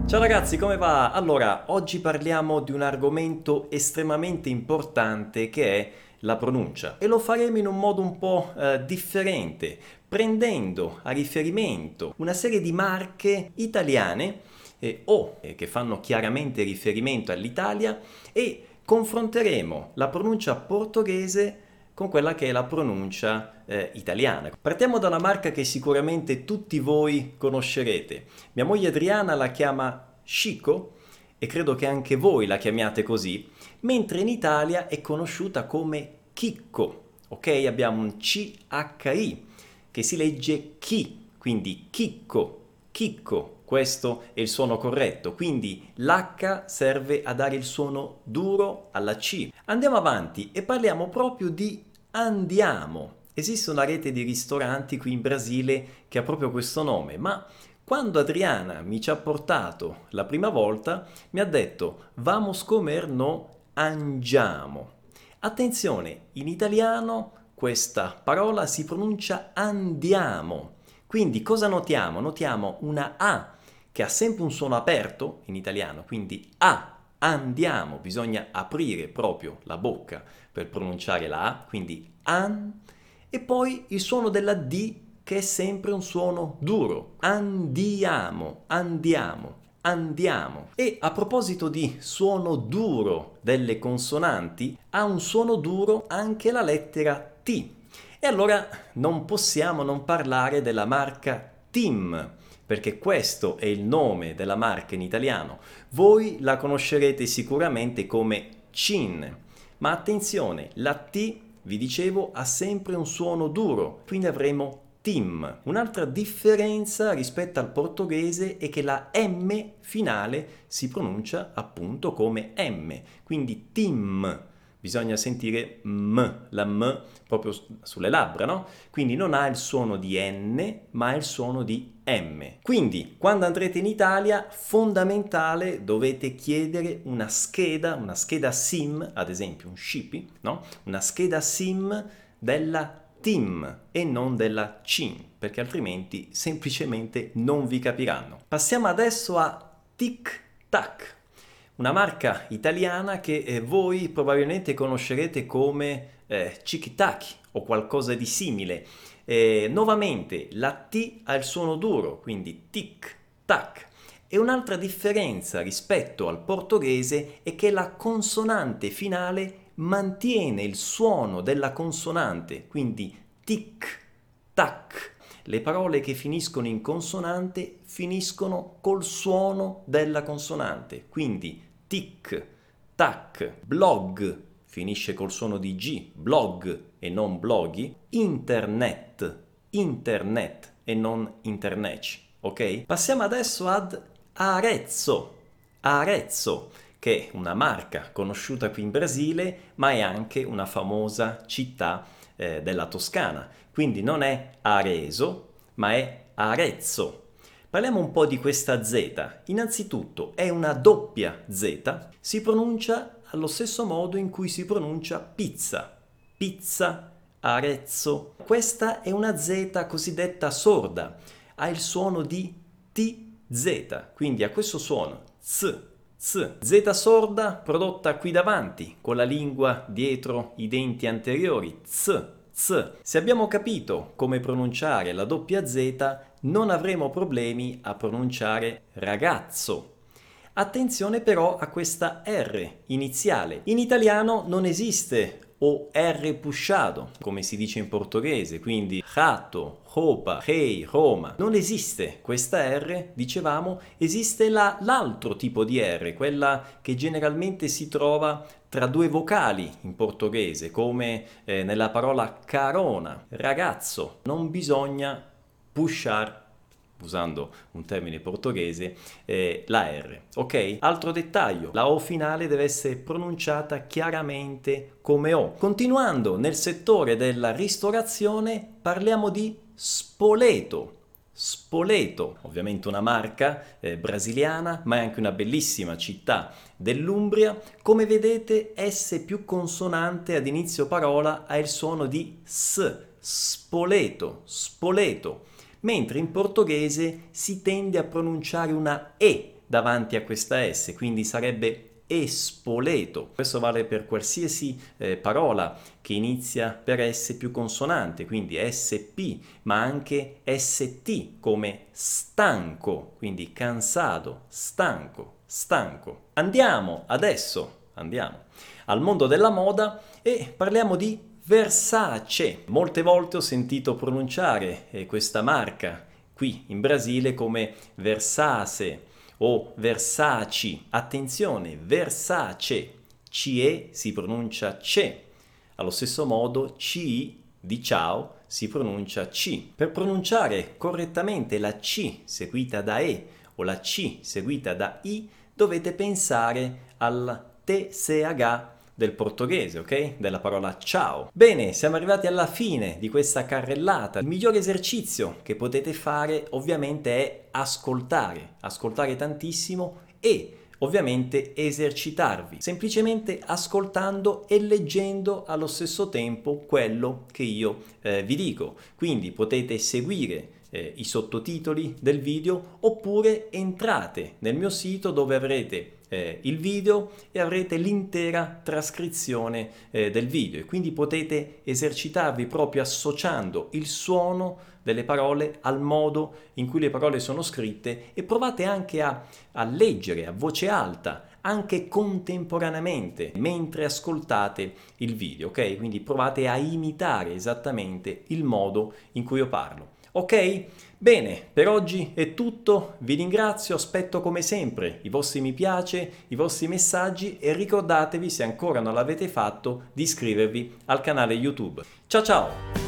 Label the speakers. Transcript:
Speaker 1: Ciao ragazzi, come va? Allora, oggi parliamo di un argomento estremamente importante che è la pronuncia e lo faremo in un modo un po' differente, prendendo a riferimento una serie di marche italiane che fanno chiaramente riferimento all'Italia e confronteremo la pronuncia portoghese con quella che è la pronuncia italiana. Partiamo da una marca che sicuramente tutti voi conoscerete. Mia moglie Adriana la chiama Chico e credo che anche voi la chiamiate così, mentre in Italia è conosciuta come Chicco. Ok? Abbiamo un CHI che si legge chi, quindi Chicco, Chicco. Questo è il suono corretto, quindi l'H serve a dare il suono duro alla C. Andiamo avanti e parliamo proprio di andiamo. Esiste una rete di ristoranti qui in Brasile che ha proprio questo nome, ma quando Adriana mi ci ha portato la prima volta mi ha detto vamos comer no andiamo. Attenzione, in italiano questa parola si pronuncia andiamo. Quindi cosa notiamo? Notiamo una A che ha sempre un suono aperto in italiano, quindi A, andiamo, bisogna aprire proprio la bocca per pronunciare la A, quindi an, e poi il suono della D che è sempre un suono duro, andiamo, andiamo, andiamo. E a proposito di suono duro delle consonanti, ha un suono duro anche la lettera T. E allora non possiamo non parlare della marca Tim, perché questo è il nome della marca in italiano. Voi la conoscerete sicuramente come Cin, ma attenzione, la T, vi dicevo, ha sempre un suono duro, quindi avremo Tim. Un'altra differenza rispetto al portoghese è che la M finale si pronuncia appunto come M, quindi Tim. Bisogna sentire la M proprio sulle labbra, no? Quindi non ha il suono di N, ma ha il suono di M. Quindi, quando andrete in Italia, fondamentale, dovete chiedere una scheda SIM, ad esempio un Shippy, no? Una scheda SIM della TIM e non della CIN, perché altrimenti semplicemente non vi capiranno. Passiamo adesso a Tic Tac, una marca italiana che voi probabilmente conoscerete come Chicky Tacky o qualcosa di simile. Nuovamente la T ha il suono duro, quindi tic tac. E un'altra differenza rispetto al portoghese è che la consonante finale mantiene il suono della consonante, quindi tic tac. Le parole che finiscono in consonante finiscono col suono della consonante, quindi tic, tac, blog finisce col suono di G, blog e non bloghi, internet, internet e non internet, ok? Passiamo adesso ad Arezzo, Arezzo, che è una marca conosciuta qui in Brasile, ma è anche una famosa città della Toscana, quindi non è Arezzo, ma è Arezzo. Parliamo un po' di questa Z. Innanzitutto è una doppia Z, si pronuncia allo stesso modo in cui si pronuncia pizza. Pizza, Arezzo. Questa è una Z cosiddetta sorda, ha il suono di TZ, quindi ha questo suono Z. Z sorda prodotta qui davanti, con la lingua dietro i denti anteriori, Z. Se abbiamo capito come pronunciare la doppia Z, non avremo problemi a pronunciare ragazzo. Attenzione però a questa R iniziale. In italiano non esiste o R pusciato, come si dice in portoghese, quindi rato, roupa, rei, Roma. Non esiste questa R, dicevamo, esiste l'altro tipo di R, quella che generalmente si trova tra due vocali in portoghese, come nella parola carona, ragazzo. Non bisogna pushare, usando un termine portoghese, la R. Ok? Altro dettaglio, la O finale deve essere pronunciata chiaramente come O. Continuando nel settore della ristorazione, parliamo di Spoleto. Spoleto, ovviamente una marca brasiliana, ma è anche una bellissima città dell'Umbria. Come vedete, S più consonante ad inizio parola ha il suono di S, Spoleto, Spoleto, mentre in portoghese si tende a pronunciare una E davanti a questa S, quindi sarebbe espoleto. Questo vale per qualsiasi parola che inizia per S più consonante, quindi SP, ma anche ST come stanco, quindi cansato, stanco, stanco. Andiamo al mondo della moda e parliamo di Versace. Molte volte ho sentito pronunciare questa marca qui in Brasile come Versace o Versace. Attenzione, Versace, CE si pronuncia CE. Allo stesso modo CI di ciao si pronuncia C. Per pronunciare correttamente la C seguita da E o la C seguita da I dovete pensare al TSH del portoghese, ok? Della parola ciao. Bene, siamo arrivati alla fine di questa carrellata. Il migliore esercizio che potete fare ovviamente è ascoltare tantissimo e ovviamente esercitarvi, semplicemente ascoltando e leggendo allo stesso tempo quello che io vi dico. Quindi potete seguire i sottotitoli del video oppure entrate nel mio sito dove avrete il video e avrete l'intera trascrizione del video e quindi potete esercitarvi proprio associando il suono delle parole al modo in cui le parole sono scritte e provate anche a leggere a voce alta anche contemporaneamente mentre ascoltate il video, ok? Quindi provate a imitare esattamente il modo in cui io parlo. Ok? Bene, per oggi è tutto, vi ringrazio, aspetto come sempre i vostri mi piace, i vostri messaggi e ricordatevi, se ancora non l'avete fatto, di iscrivervi al canale YouTube. Ciao ciao!